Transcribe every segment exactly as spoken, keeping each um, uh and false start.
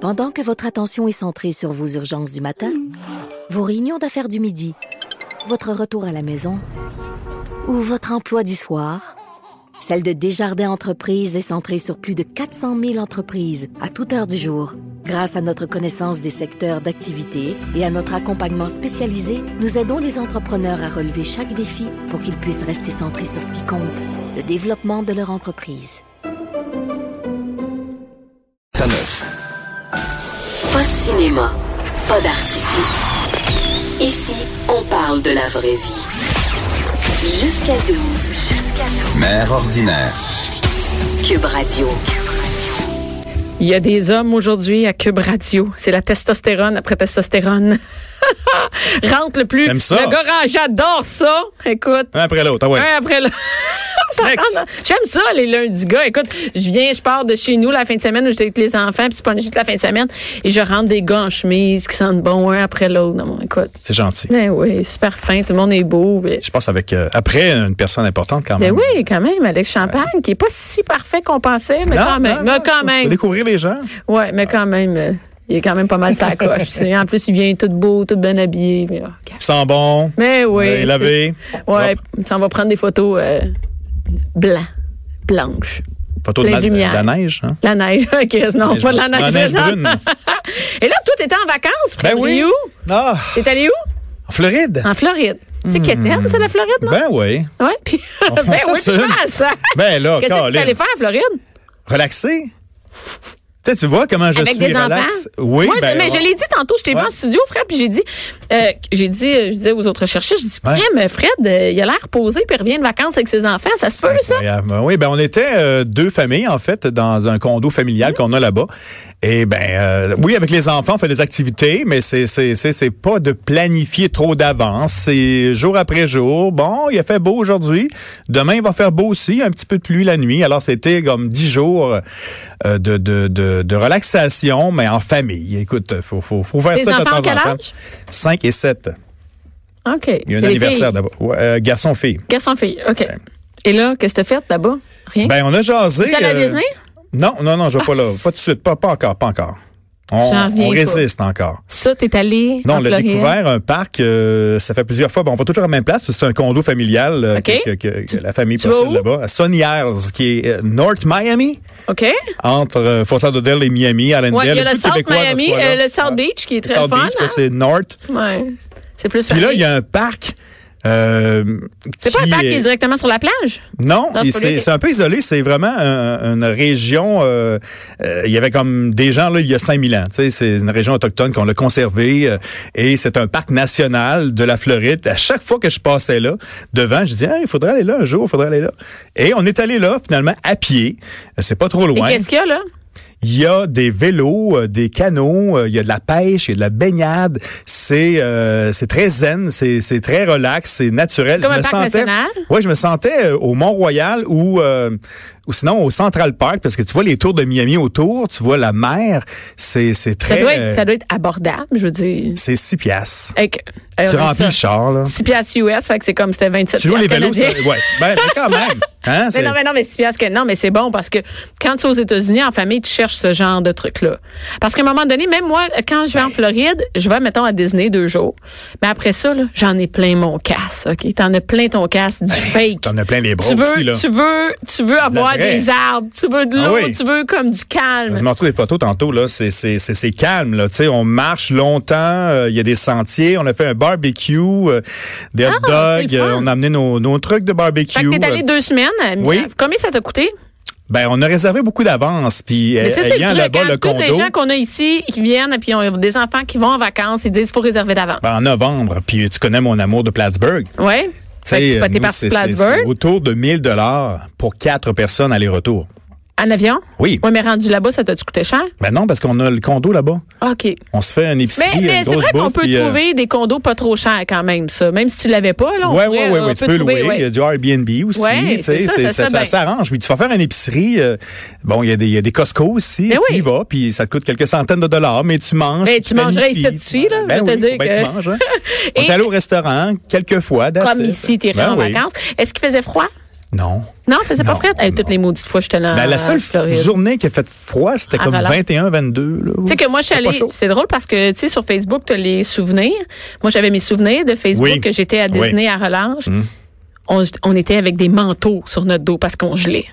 Pendant que votre attention est centrée sur vos urgences du matin, vos réunions d'affaires du midi, votre retour à la maison ou votre emploi du soir, celle de Desjardins Entreprises est centrée sur plus de quatre cent mille entreprises à toute heure du jour. Grâce à notre connaissance des secteurs d'activité et à notre accompagnement spécialisé, nous aidons les entrepreneurs à relever chaque défi pour qu'ils puissent rester centrés sur ce qui compte, le développement de leur entreprise. Ça neuf. Pas de cinéma, pas d'artifice. Ici, on parle de la vraie vie. Jusqu'à douze. Mère ordinaire. Cube Radio. Il y a des hommes aujourd'hui à Cube Radio. C'est la testostérone après testostérone. Rentre le plus. J'aime ça. Le gars, j'adore ça. Écoute. Un après l'autre, ah ouais. Un après l'autre. J'aime ça, les lundis gars. Écoute, je viens, je pars de chez nous la fin de semaine où j'étais avec les enfants, puis c'est pas juste la fin de semaine, et je rentre des gars en chemise qui sentent bon un après l'autre. Non, écoute. C'est gentil. Ben oui, super fin, tout le monde est beau. Mais... Je passe avec, euh, après, une personne importante quand même. Ben oui, quand même, Alex Champagne, ouais. Qui est pas si parfait qu'on pensait, mais non, quand même. Non, mais non, quand même. Faut découvrir les gens. Ouais, mais quand même. Euh, Il est quand même pas mal sa coche. En plus, il vient tout beau, tout bien habillé. Mais, oh, il sent bon. Mais oui. Il est lavé. Ouais, ça, on va prendre des photos euh, blancs, blanches. Photos de la, la neige, hein? La neige, ok, non, neige, pas de la neige. La neige brune. Et là, toi, t'étais en vacances, Fred. Ben oui. Où? Ah. T'es allé où? En Floride. En Floride. Tu sais, Kéten, c'est la Floride, non? Ben oui. Ouais, puis. ben oui, ça. Ben là, qu'est-ce que tu allais faire en Floride? Relaxer. Tu sais, tu vois comment je Avec suis des relax. Enfants? Oui, Moi, ben, mais je l'ai dit tantôt, j'étais ouais. en studio, Fred, puis j'ai dit, euh, j'ai dit, je disais aux autres chercheurs, je dis, ouais. mais Fred, euh, il a l'air posé, puis il revient de vacances avec ses enfants, ça se peut, ça? Oui, ben on était euh, deux familles, en fait, dans un condo familial mmh. qu'on a là-bas. Et ben, euh, oui, avec les enfants, on fait des activités, mais c'est c'est c'est c'est pas de planifier trop d'avance. C'est jour après jour. Bon, il a fait beau aujourd'hui. Demain, il va faire beau aussi. Un petit peu de pluie la nuit. Alors, c'était comme dix jours euh, de de de de relaxation, mais en famille. Écoute, faut faut faut faire les ça de temps en temps. Les enfants, quel âge? Cinq et sept. OK. Il y a un anniversaire d'abord. Ouais, euh, garçon-fille. Garçon-fille, OK. Ouais. Et là, qu'est-ce que t'as fait là-bas? Rien? Ben, on a jasé. Vous allez à euh, Disney? Non, non, non, je vais ah, pas là. Pas tout de suite. Pas, pas encore, pas encore. On, on résiste pas. encore. Ça, t'es allé non, en Floride? Non, on l'a découvert, un parc, euh, ça fait plusieurs fois. Bon, on va toujours à la même place, parce que c'est un condo familial euh, okay. que, que, que la famille possède là-bas. À Sunny Isles, qui est euh, North Miami. OK. Entre euh, Fort Lauderdale et Miami, Allendale. Ouais, il y a le South Miami, euh, le South Beach, qui est très le South fun. Beach, hein? C'est North. Ouais. C'est plus Puis là, il y a un parc. Euh, c'est pas un parc qui est directement sur la plage? Non, non c'est, c'est, c'est un peu isolé. C'est vraiment un, une région... Euh, euh, il y avait comme des gens là il y a cinq mille ans. Tu sais, c'est une région autochtone qu'on l'a conservée. Euh, et c'est un parc national de la Floride. À chaque fois que je passais là, devant, je disais, il hey, faudrait aller là un jour, il faudrait aller là. Et on est allé là, finalement, à pied. C'est pas trop loin. Et qu'est-ce qu'il y a là? Il y a des vélos, euh, des canots, euh, il y a de la pêche, il y a de la baignade. C'est euh, c'est très zen, c'est c'est très relax, c'est naturel. Comme je un me parc sentais, national? Ouais, je me sentais euh, au Mont-Royal ou euh, ou sinon au Central Park, parce que tu vois les tours de Miami autour, tu vois la mer, c'est c'est très. Ça doit être, ça doit être abordable, je veux dire. C'est six piastres. Avec, euh, tu remplis le char là. six piastres U S, fait que c'est comme c'était vingt-sept tu piastres les vélos, canadiens. Ouais, ben quand même. Hein, mais non, mais non, mais six piastres, non, mais c'est bon parce que quand tu es aux États-Unis en famille, tu cherches ce genre de truc-là. Parce qu'à un moment donné, même moi, quand je vais en Floride, je vais, mettons, à Disney deux jours. Mais après ça, là, j'en ai plein mon casse, OK? T'en as plein ton casse, du ben, fake. T'en as plein les bras tu veux, aussi, là. Tu veux, tu veux avoir des arbres, tu veux de l'eau, ah oui. tu veux comme du calme. Je montre des photos tantôt, là. C'est, c'est, c'est, c'est calme, là. Tu sais, on marche longtemps, il euh, y a des sentiers, on a fait un barbecue, euh, des hot ah, dogs, euh, on a amené nos, nos trucs de barbecue. Fait que t'es allé deux semaines. Oui. Combien ça t'a coûté? Ben, on a réservé beaucoup d'avance, puis mais ça, ayant c'est le là-bas le condo. Tous les gens qu'on a ici, qui viennent, puis ont des enfants qui vont en vacances, ils disent qu'il faut réserver d'avance. Ben, en novembre, puis tu connais mon amour de Plattsburgh. Oui. Fait que tu t'es parti de Plattsburgh. C'est autour de mille dollars pour quatre personnes aller-retour. En avion? Oui. Oui, mais rendu là-bas, ça t'a-tu coûté cher? Ben non, parce qu'on a le condo là-bas. OK. On se fait une épicerie, mais, mais une grosse bouffe. c'est vrai qu'on peut puis, trouver euh... des condos pas trop chers quand même, ça. Même si tu l'avais pas, là, on ouais, pourrait, ouais, ouais, on ouais, tu peux trouver, louer. Ouais. Il y a du Airbnb aussi. Ouais, tu sais, c'est ça, c'est, ça, ça, ça s'arrange. Puis tu vas faire une épicerie. Euh, bon, il y a des, il y a des Costco aussi. Mais tu oui. y vas, puis ça te coûte quelques centaines de dollars, mais tu manges. Mais tu, tu mangerais ici dessus, là. Ben je oui, te dire ben que... tu manges. Hein? On est allé au restaurant quelques fois. Comme ici, t'es ben en oui. vacances. Est-ce qu'il faisait froid? Non. Non, il faisait pas Non, frais. Hey, toutes non. les maudites fois, j'étais là. Ben, la seule Floride. journée qui a fait froid, c'était À comme Valence. vingt et un, vingt-deux. Là. Tu sais que moi, je suis C'était pas allée. chaud. C'est drôle parce que, tu sais, sur Facebook, tu as les souvenirs. Moi, j'avais mes souvenirs de Facebook Oui. que j'étais à Disney Oui. à relâche. Mm. On, on était avec des manteaux sur notre dos parce qu'on gelait.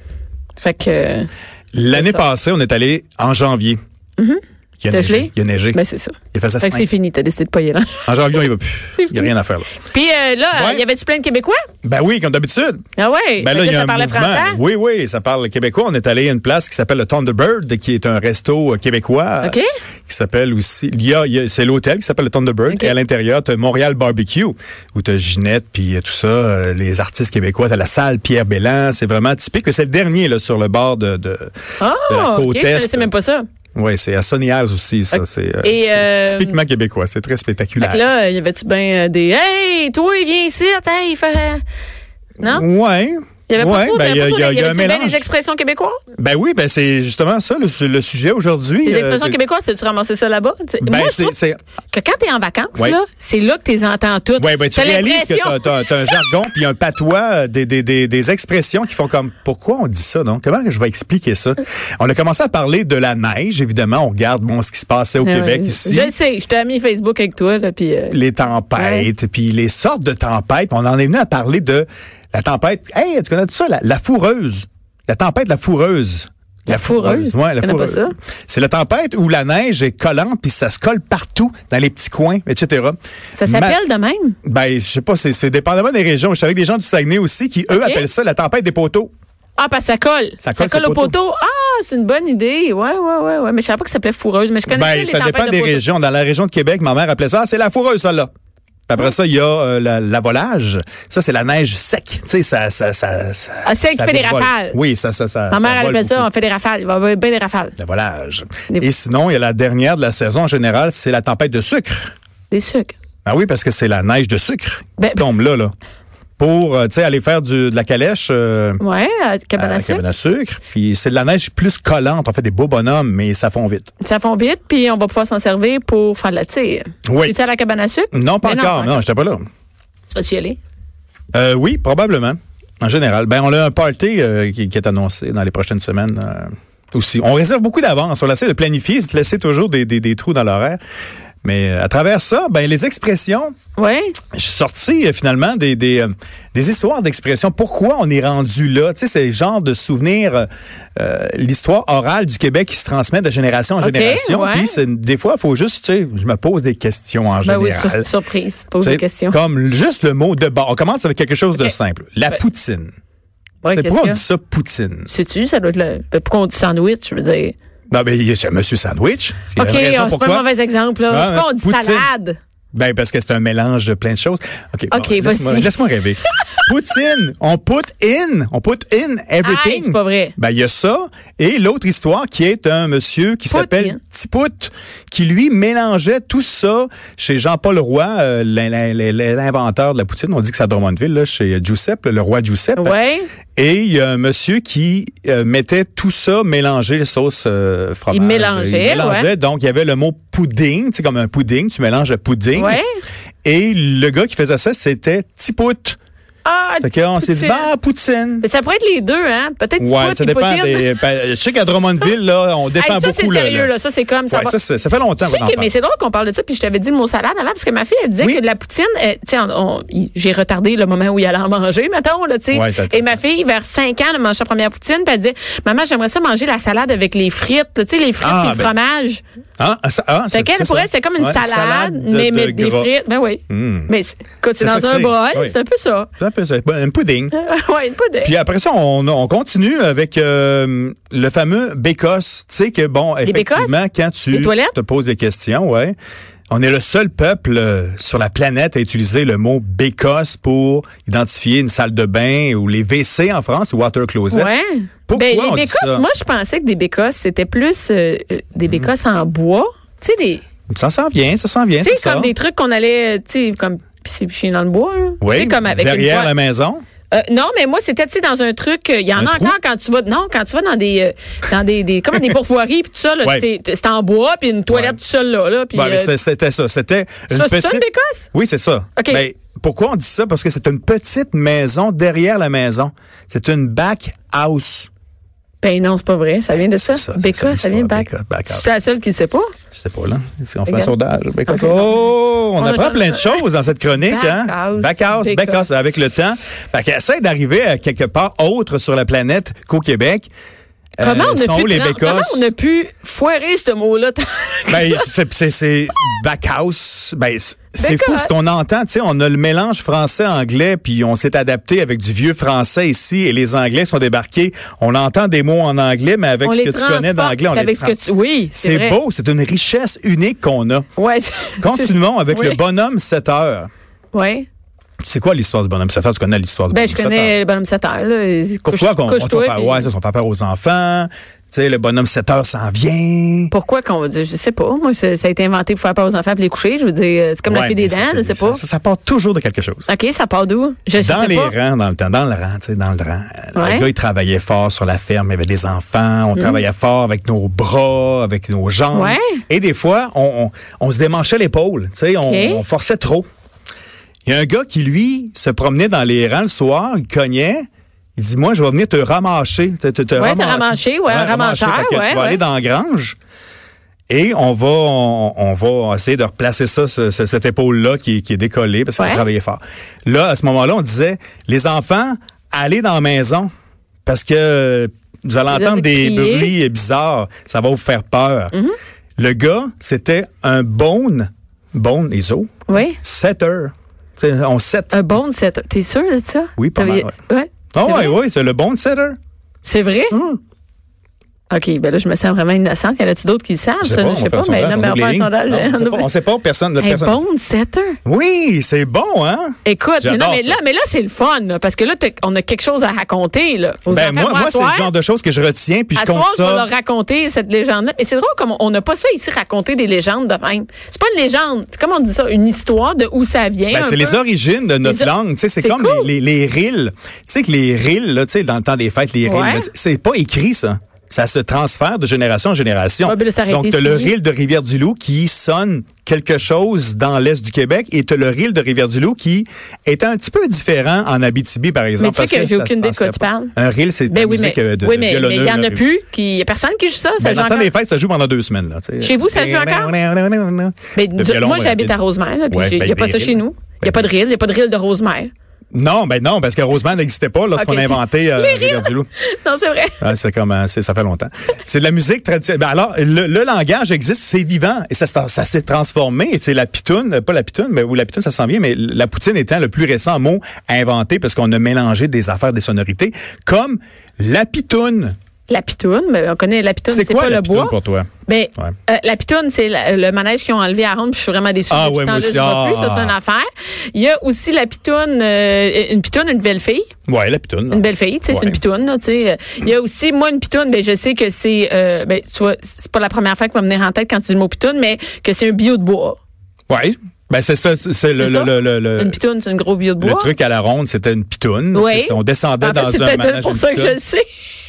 Fait que. L'année C'est ça. passée, on est allé en janvier. Mhm. Il a T'as neigé. gelé? Il a neigé. Ben, c'est ça. Il faisait Fait que c'est cinq. fini. T'as décidé de pas y aller. En janvier, il va plus. C'est Il n'y a rien à faire là. Puis euh, là, il Ouais. y avait-tu plein de Québécois? Ben oui, comme d'habitude. Ah ouais. Ben Fait là, que il y a ça un parlait mouvement. français? Oui, oui, ça parle québécois. On est allé à une place qui s'appelle le Thunderbird, qui est un resto euh, québécois. OK. euh, Qui s'appelle aussi, il y a, il y a- c'est l'hôtel qui s'appelle le Thunderbird. OK. Et à l'intérieur, tu as Montréal Barbecue, où tu as Ginette, puis euh, tout ça, euh, les artistes québécois. Tu as la salle Pierre Bellan. C'est vraiment typique. Mais c'est le dernier, là, sur le bord de, de, Ah, de la côte OK. Je est. connaissais même pas ça. Oui, c'est à Sonny Isles aussi, ça. Ok. C'est euh, Et, c'est euh, typiquement québécois. C'est très Fait spectaculaire. que là, y avait-tu bien euh, des Hey, toi, viens ici, hey, fait. Non? Ouais. Il y avait pas Ouais, trop de. ben, il y a, pas trop il y a- de- il y a un avait-tu bien mélange. des expressions québécoises? Ben oui, ben c'est justement ça le, le sujet aujourd'hui. Les Euh, expressions t'es- québécoises, tu ramassé ça là-bas? T'sais, Ben moi, je c'est, trouve c'est, que quand t'es en vacances, Ouais. là, c'est là que t'es entends toutes. ouais, ben tu T'as réalises que l'impression- t'as, t'as, t'as un jargon puis un patois, euh, des, des, des, des expressions qui font comme pourquoi on dit ça, non? Comment que je vais expliquer ça? On a commencé à parler de la neige, évidemment. On regarde bon ce qui se passait au Ah Québec ouais. ici. Je le sais, je t'ai mis Facebook avec toi, là, puis. euh, Les tempêtes, puis les sortes de tempêtes. On en est venu à parler de la tempête. Hey, tu connais ça? La, la fourreuse. La tempête, la fourreuse. La fourreuse? Ouais, la Je connais pas fourreuse. ça. C'est la tempête où la neige est collante puis ça se colle partout dans les petits coins, et cetera. Ça Ma- s'appelle de même? Ben, je sais pas, c'est, c'est dépendamment des régions. Je suis avec des gens du Saguenay aussi qui, eux, Ok. appellent ça la tempête des poteaux. Ah, parce que ça colle. Ça colle au sur le poteau. poteau. Ah, c'est une bonne idée. Ouais, ouais, ouais, ouais. Mais je savais pas que ça s'appelait fourreuse. Mais je connais Ben, les ça tempêtes dépend de des poteau. régions. Dans la région de Québec, ma mère appelait ça, ah, c'est la fourreuse, celle-là. Puis après ça, il y a euh, la, la volage. Ça, c'est la neige sec. Tu sais, ça, ça, ça, ça. Ah, celle qui ça fait des dévole. rafales. Oui, ça, ça, ça. Ma ça mère, elle vole appelle ça, beaucoup. on fait des rafales. Il va y avoir bien des rafales. La volage. Des- Et sinon, il y a la dernière de la saison en général, c'est la tempête de sucre. Des sucres. Ah oui, parce que c'est la neige de sucre Ben- qui tombe là, là. Pour, euh, tu sais, aller faire du, de la calèche. Euh, Ouais, à cabane à à la sucre. cabane à sucre. Puis c'est de la neige plus collante. On fait des beaux bonhommes, mais ça fond vite. Ça fond vite, puis on va pouvoir s'en servir pour faire de la tire. Oui. Tu es à la cabane à sucre? Non, pas Mais encore. Non, j'étais pas là. Tu vas-tu y aller? Euh, oui, probablement. En général. Ben, on a un party euh, qui, qui est annoncé dans les prochaines semaines euh, aussi. On réserve beaucoup d'avance. On essaie de planifier, de laisser toujours des, des, des trous dans l'horaire. Mais euh, à travers ça, ben les expressions, Oui. j'ai sorti euh, finalement des des, euh, des histoires d'expressions. Pourquoi on est rendu là? Tu sais, c'est le genre de souvenir, euh, l'histoire orale du Québec qui se transmet de génération en OK, génération. ouais. Puis c'est- des fois, il faut juste, tu sais, je me pose des questions en Ben oui, général. sur- surprise. Pose Tu des sais, questions. Comme juste le mot de base. On commence avec quelque chose de OK. simple. La Ben, poutine. Ouais, Mais qu'est-ce pourquoi on qu'il y a? dit ça, poutine? Sais-tu, ça doit être le. Ben, pourquoi on dit sandwich, je veux dire? Non, ben, il y a c'est Monsieur Sandwich. Il y a OK, une raison oh, c'est pas un pourquoi. mauvais exemple, là. Ah, Pourquoi on dit poutine. salade? Ben, parce que c'est un mélange de plein de choses. OK, OK, laisse-moi, vas-y. laisse-moi rêver. Poutine, on put in, on put in everything. Hey, c'est pas vrai. Ben, il y a ça. Et l'autre histoire qui est un monsieur qui Put s'appelle in. Tipout, qui lui mélangeait tout ça chez Jean-Paul Roy, euh, l'in- l'in- l'in- l'inventeur de la poutine. On dit que c'est à Drummondville, là, chez Giuseppe, le roi Giuseppe. Ouais. Et il y a un monsieur qui euh, mettait tout ça mélangé, sauce euh, fromage. Il mélangeait, Il mélangeait. ouais. Donc, il y avait le mot pudding, tu sais, comme un pudding, tu mélanges le pudding. Ouais. Et le gars qui faisait ça, c'était Tipout. Ah, Fait qu'on s'est dit, poutine. bah, poutine. Mais ça pourrait être les deux, hein? Peut-être Ouais, Tipout ça et dépend poutine. des... ben, je sais qu'à Drummondville, là, on défend Hey, ça, c'est beaucoup. là, sérieux, là. Ça, c'est comme ça. Ouais, va- ça, c'est- ça fait longtemps Tu sais qu'on en que, parle. mais c'est drôle qu'on parle de ça, puis je t'avais dit le mot salade avant, parce que ma fille, elle disait Oui. que de la poutine, euh, tu sais, on- on- y- j'ai retardé le moment où il allait en manger, mettons, là, tu sais. Ouais, t'as- Et ma fille, vers cinq ans, elle a mangé sa première poutine, puis elle disait, maman, j'aimerais ça manger la salade avec les frites, tu sais, les frites, Ah, les ben, fromages. Ah, ça, ah, Fait qu'elle, pour elle, c'est comme une Ouais, salade, de- mais de mais des gras. frites. Ben oui. Mm. Mais c'est- écoute, c'est C'est ça dans que un c'est. bol, Oui. c'est un peu ça. C'est un peu ça. Ben, un pudding. ouais, une poudre. Puis après ça, on, on continue avec euh, le fameux bécosse. Tu sais que, bon, effectivement, quand tu Les toilettes? te poses des questions, ouais, on est le seul peuple euh, sur la planète à utiliser le mot bécosse pour identifier une salle de bain ou les W C en France, ou water closet. Ouais. Pourquoi Ben, on les dit bécosses, ça? moi, je pensais que des bécosses, c'était plus euh, euh, des bécosses en bois. Tu sais, des. Ça s'en vient, ça s'en vient, Tu c'est sais, ça. comme des trucs qu'on allait, tu sais, comme pisser picher dans le bois, là. Oui, Tu sais, comme avec une derrière poêle. la maison. Euh, non, mais moi, c'était, tu sais, dans un truc, il y en Un a trou? encore quand tu vas, non, quand tu vas dans des, euh, dans des, des, comme des pourvoiries pis tout ça, là, Ouais. c'est, c'est en bois puis une toilette Ouais. tout seul là, là, puis Ouais, mais euh, c'est- c'était ça. C'était une ça, c'est petite. ça, une bécosse? Oui, c'est ça. OK. Mais pourquoi on dit ça? Parce que c'est une petite maison derrière la maison. C'est une back house. Ben non, c'est pas vrai, ça vient de ça. C'est ça, c'est Bécosse, ça, ça vient de l'histoire, bac. bécosse, back house. C'est la seule qui le sait pas. Je sais pas, là. Si on fait un Regarde. sondage. Bécosse. Ok. Oh, on, On a apprend ça- plein de choses dans cette chronique, hein? Backhouse, Backhouse, Bécosse. Bécosse, avec le temps. Fait qu'elle essaie d'arriver à quelque part autre sur la planète qu'au Québec. Comment Euh, on sont a où pu, les tra- bécosses? comment on a pu foirer ce mot-là? Ben, c'est, c'est, c'est backhouse. Ben, c'est, c'est fou Bécosse. ce qu'on entend. Tu sais, on a le mélange français-anglais, puis on s'est adapté avec du vieux français ici, et les Anglais sont débarqués. On entend des mots en anglais, mais avec On ce les que tu connais transporte d'anglais, on les avec ce que trans- tu, oui, c'est, C'est vrai. beau, c'est une richesse unique qu'on a. Ouais. Continuons avec Oui. le bonhomme sept heures. Ouais. C'est quoi l'histoire du bonhomme sept heures? Tu connais l'histoire du Ben, bonhomme je sept heures? connais le bonhomme sept heures, là. Pourquoi Couche- qu'on on couche-toi, va faire, puis- ouais, ça, on va faire peur aux enfants? Tu sais, le bonhomme sept heures s'en vient. Pourquoi qu'on va dire, je sais pas, moi, ça, ça a été inventé pour faire peur aux enfants et les coucher, je veux dire, c'est comme la Ouais, fée des mais dents, ça, je c'est- sais pas. Ça, ça part toujours de quelque chose. OK, ça part d'où? Je sais Dans les pas. rangs, dans le temps, dans le rang, tu sais, dans le rang. Ouais. Le gars, il travaillait fort sur la ferme, il y avait des enfants, on travaillait fort avec nos bras, avec nos jambes. Ouais. Et des fois, on, on, on se démanchait l'épaule, tu sais, on, OK. on forçait trop. Il y a un gars qui, lui, se promenait dans les rangs le soir, il cognait, il dit, moi, je vais venir te ramasser. Te, te, te Ouais, te ramasser. ramasser, ouais, un ramasseur, Fait que ouais, Tu vas ouais. aller dans la grange. Et on va, on, on va essayer de replacer ça, ce- ce- cette épaule-là qui, qui est décollée parce qu'on Ouais. travaillait fort. Là, à ce moment-là, on disait, les enfants, allez dans la maison parce que euh, vous allez C'est là entendre de des crier. bruits bizarres. Ça va vous faire peur. Mm-hmm. Le gars, c'était un bone, bone, les os, Oui. setter. T'sais, on set. Un bon setter. T'es sûr de ça? Oui, pas T'avais- mal, Ouais. Ah C'est ouais, vrai? ouais, c'est le bone setter. C'est vrai? Hum. OK, ben là, je me sens vraiment innocente. Y en a-tu d'autres qui le savent, Je sais ça? pas, Je on sais fait pas, un mais sondage, non, on mais on oublie va les faire un lignes. sondage. Non, on sait pas, on sait pas, personne. Un personne bon setter? Oui, c'est bon, hein? Écoute, mais non, J'adore mais ça. là, mais là, c'est le fun, là, parce que là, t'as- on a quelque chose à raconter, là. Aux Ben, enfants. moi, moi à c'est soir, le genre de choses que je retiens, puis je à compte soir, je vais ça. leur raconter cette légende-là. Et c'est drôle, comme on n'a pas ça ici, raconter des légendes de même. C'est pas une légende. C'est comme on dit ça, une histoire de où ça vient. Ben, un c'est peu. les origines de notre Les o- langue. Tu sais, c'est C'est comme cool. les, les, les rilles. Tu sais que les rilles, là, tu sais, dans le temps des fêtes, les rilles, Ouais. là, c'est pas écrit, ça. Ça se transfère de génération en génération. Ouais, ben là, ça aurait Donc, été t'as le signé. rille de Rivière-du-Loup qui sonne quelque chose dans l'est du Québec et t'as le rille de Rivière-du-Loup qui est un petit peu différent en Abitibi, par exemple. Mais tu sais parce que j'ai ça aucune se idée de quoi tu transfère parles. pas. Un rille, c'est de Ben la oui, mais, musique euh, de, oui, de mais, mais il violonneux, y en là. a plus. Il y a personne qui joue ça. Ça Ben, joue dans le temps encore. des fêtes, ça joue pendant deux semaines. Là, tu sais. Chez vous, ça joue encore? Mais Le nous- violon, moi, ben, j'habite ben, à Rosemère, là, puis ouais, il n'y ben, a pas des ça rilles. chez nous. Il n'y a pas de rille, il n'y a pas de rille de Rosemère. Non, ben non, parce que Rosemère n'existait pas lorsqu'on Ok, a c'est- inventé euh, Rivière-du-Loup. Non, c'est vrai. Ah, c'est comme, euh, c'est, ça fait longtemps. C'est de la musique traditionnelle. Ben alors, le, le langage existe, c'est vivant et ça, ça, ça s'est transformé. C'est la pitoune, pas la pitoune, mais ou la pitoune, ça s'en vient, mais la poutine étant le plus récent mot inventé parce qu'on a mélangé des affaires, des sonorités, comme la pitoune. La pitoune, mais on connaît la pitoune, C'est c'est quoi pas la le pitoune bois. pour toi? Mais Ouais. euh, la pitoune, c'est la- le manège qu'ils ont enlevé à Ronde, puis je suis vraiment déçue. Ah Depuis ouais, ce moi temps-là, aussi. je vois plus, ça Ah. c'est une affaire. Il y a aussi la pitoune, euh, une pitoune, une belle fille. Ouais, la pitoune. là. Une belle fille, tu sais, c'est Ouais. une pitoune, là, tu sais. Il y a aussi, moi, une pitoune, ben, je sais que c'est, euh, ben, tu vois, c'est pas la première fois qui va me venir en tête quand tu dis le mot pitoune, mais que c'est un bio de bois. Ouais. Ben c'est ça, c'est, c'est le, C'est ça? le, le, le, Une pitoune, c'est un gros bio de le bois. truc à la ronde, c'était une pitoune. Oui. Tu sais, On descendait En fait, dans c'est un peut-être manège pour de ça que je pitoune. le sais.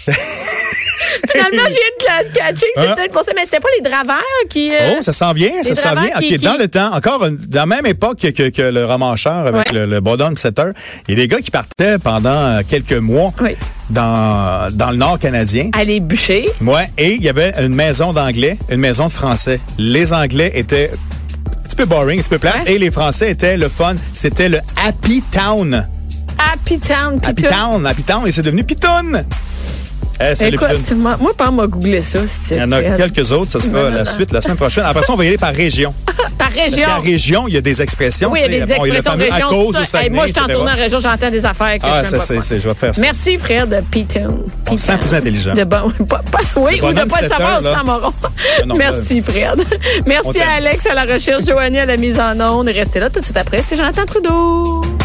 Finalement, je viens de catcher, c'est Hein? peut-être pour ça, mais c'était pas les draveurs qui, euh, Oh, ça s'en vient, ça les s'en draveurs vient. qui- OK, qui- dans le temps, encore une- dans la même époque que, que, que le ramancheur avec Ouais. le, le bonhomme setter, il y a des gars qui partaient pendant euh, quelques mois Oui. dans, dans le nord canadien. aller bûcher. Ouais, et il y avait une maison d'anglais, une maison de français. Les anglais étaient un petit peu boring, un petit peu plate, Ouais. et les français étaient le fun. C'était le Happy Town. Happy Town, Happy pitoune. Town, Happy Town, et c'est devenu Pitoune. Eh, c'est le Écoute, Pitoune. moi, moi, pas m'a googlé ça, c'est Il y en a quelques autres, ce sera la suite la semaine prochaine. Après ça, on va y aller par région. Par Parce région. qu'en région, il y a des expressions. Oui, il y a tu sais. des Bon, il y a le expressions de fameux région. à cause ça. au Saguenay, Hey, moi, je suis en et cetera. tournant en région, j'entends des affaires que Ah, je ça, ne c'est, pas. c'est, je vais te faire ça. Merci, Fred. Pitoun. On se sent plus intelligent. De bon, pas- pas- oui, Le ou de bonhomme pas le sept savoir, heures, là. sans moron. non, Merci, Fred. On Merci t'aime. à Alex à la recherche, Joanie à la mise en onde. Restez là tout de suite après. C'est Jonathan Trudeau.